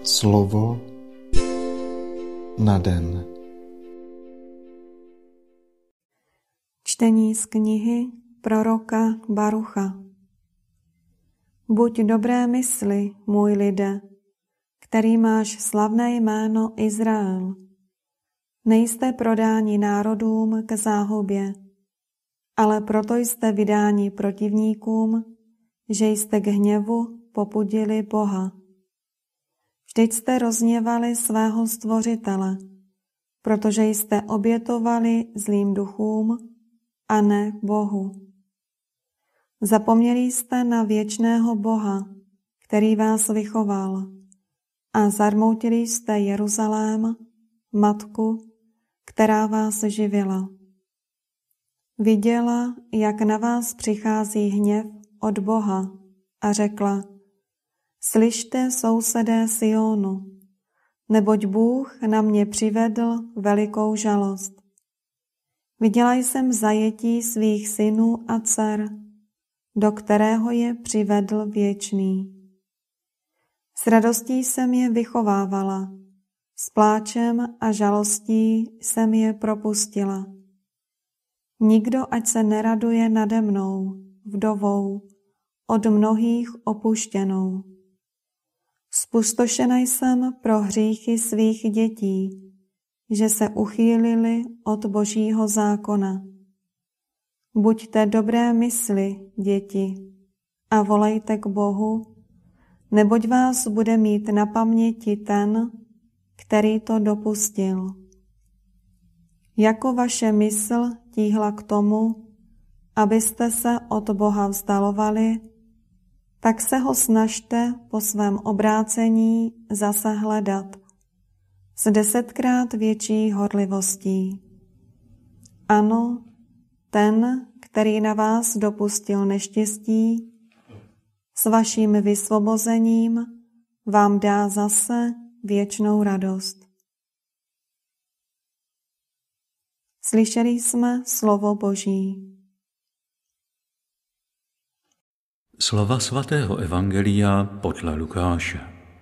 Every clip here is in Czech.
Slovo na den. Čtení z knihy proroka Barucha. Buď dobré mysli, můj lide, který máš slavné jméno Izrael. Nejste prodáni národům k záhubě, ale proto jste vydáni protivníkům, že jste k hněvu popudili Boha. Vždyť jste rozhněvali svého Stvořitele, protože jste obětovali zlým duchům a ne Bohu. Zapomněli jste na věčného Boha, který vás vychoval, a zarmoutili jste Jeruzalém, matku, která vás živila. Viděla, jak na vás přichází hněv od Boha, a řekla: Slyšte, sousedé Sionu, neboť Bůh na mě přivedl velikou žalost. Viděla jsem zajetí svých synů a dcer, do kterého je přivedl Věčný. S radostí jsem je vychovávala, s pláčem a žalostí jsem je propustila. Nikdo ať se neraduje nade mnou, vdovou, od mnohých opuštěnou. Zpustošena jsem pro hříchy svých dětí, že se uchýlili od Božího zákona. Buďte dobré mysli, děti, a volejte k Bohu, neboť vás bude mít na paměti ten, který to dopustil. Jako vaše mysl tíhla k tomu, abyste se od Boha vzdalovali, tak se ho snažte po svém obrácení zase hledat s 10krát větší horlivostí. Ano, ten, který na vás dopustil neštěstí, s vaším vysvobozením vám dá zase věčnou radost. Slyšeli jsme slovo Boží. Slova svatého evangelia podle Lukáše.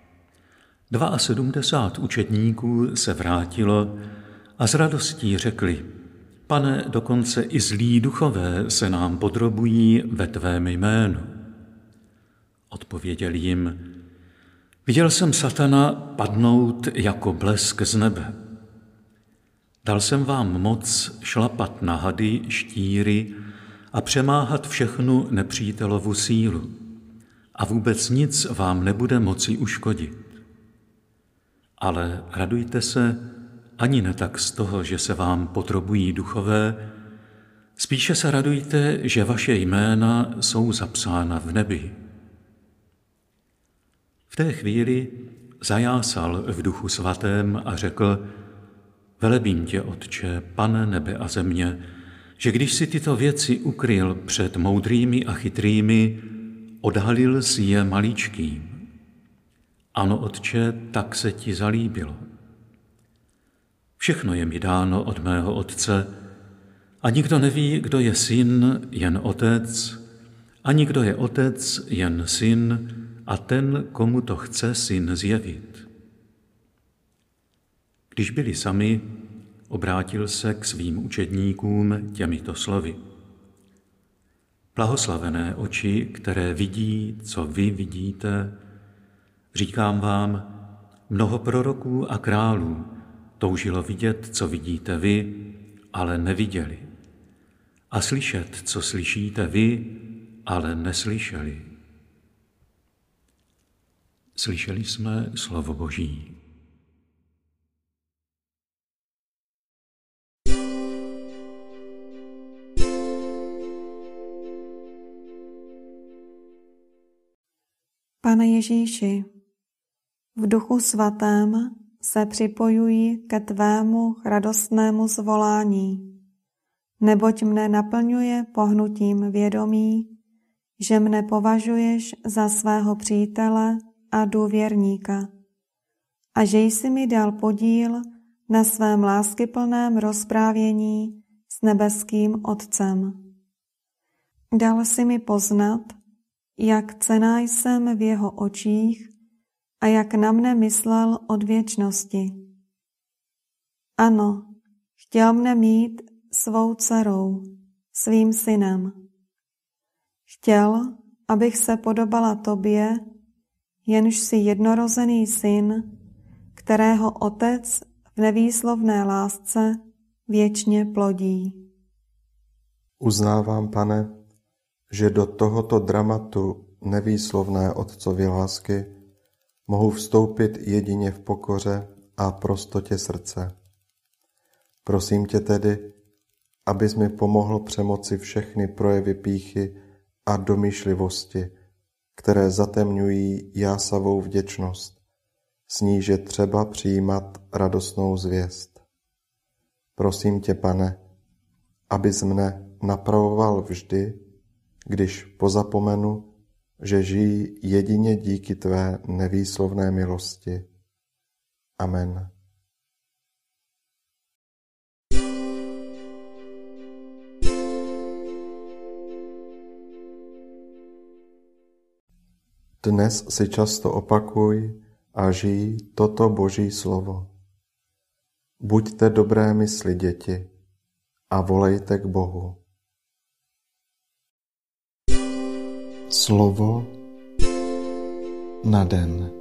72 učedníků se vrátilo a s radostí řekli: Pane, dokonce i zlí duchové se nám podrobují ve tvém jménu. Odpověděl jim: Viděl jsem satana padnout jako blesk z nebe. Dal jsem vám moc šlapat na hady, štíry a přemáhat všechnu nepřítelovu sílu, a vůbec nic vám nebude moci uškodit. Ale radujte se ani ne tak z toho, že se vám podrobují duchové, spíše se radujte, že vaše jména jsou zapsána v nebi. V té chvíli zajásal v Duchu svatém a řekl: Velebím tě, Otče, Pane nebe a země, že když si tyto věci ukryl před moudrými a chytrými, odhalil si je maličkým. Ano, Otče, tak se ti zalíbilo. Všechno je mi dáno od mého Otce a nikdo neví, kdo je syn, jen Otec, ani kdo je Otec, jen Syn a ten, komu to chce Syn zjevit. Když byli sami, obrátil se k svým učedníkům těmito slovy: Blahoslavené oči, které vidí, co vy vidíte, říkám vám, mnoho proroků a králů toužilo vidět, co vidíte vy, ale neviděli, a slyšet, co slyšíte vy, ale neslyšeli. Slyšeli jsme slovo Boží. Pane Ježíši, v Duchu svatém se připojuji ke tvému radostnému zvolání, neboť mne naplňuje pohnutím vědomí, že mne považuješ za svého přítele a důvěrníka a že jsi mi dal podíl na svém láskyplném rozprávění s nebeským Otcem. Dal jsi mi poznat, jak cenná jsem v jeho očích a jak na mne myslel od věčnosti. Ano, chtěl mne mít svou dcerou, svým synem. Chtěl, abych se podobala tobě, jenž jsi jednorozený syn, kterého Otec v nevýslovné lásce věčně plodí. Uznávám, Pane, že do tohoto dramatu nevýslovné Otcovy lásky mohu vstoupit jedině v pokoře a prostotě srdce. Prosím tě tedy, abys mi pomohl přemoci všechny projevy pýchy a domýšlivosti, které zatemňují jásavou vděčnost, s níž je třeba přijímat radostnou zvěst. Prosím tě, Pane, abys mne napravoval vždy, když pozapomenu, že žijí jedině díky tvé nevýslovné milosti. Amen. Dnes si často opakuj a žij toto Boží slovo. Buďte dobré mysli, děti, a volejte k Bohu. Slovo na den.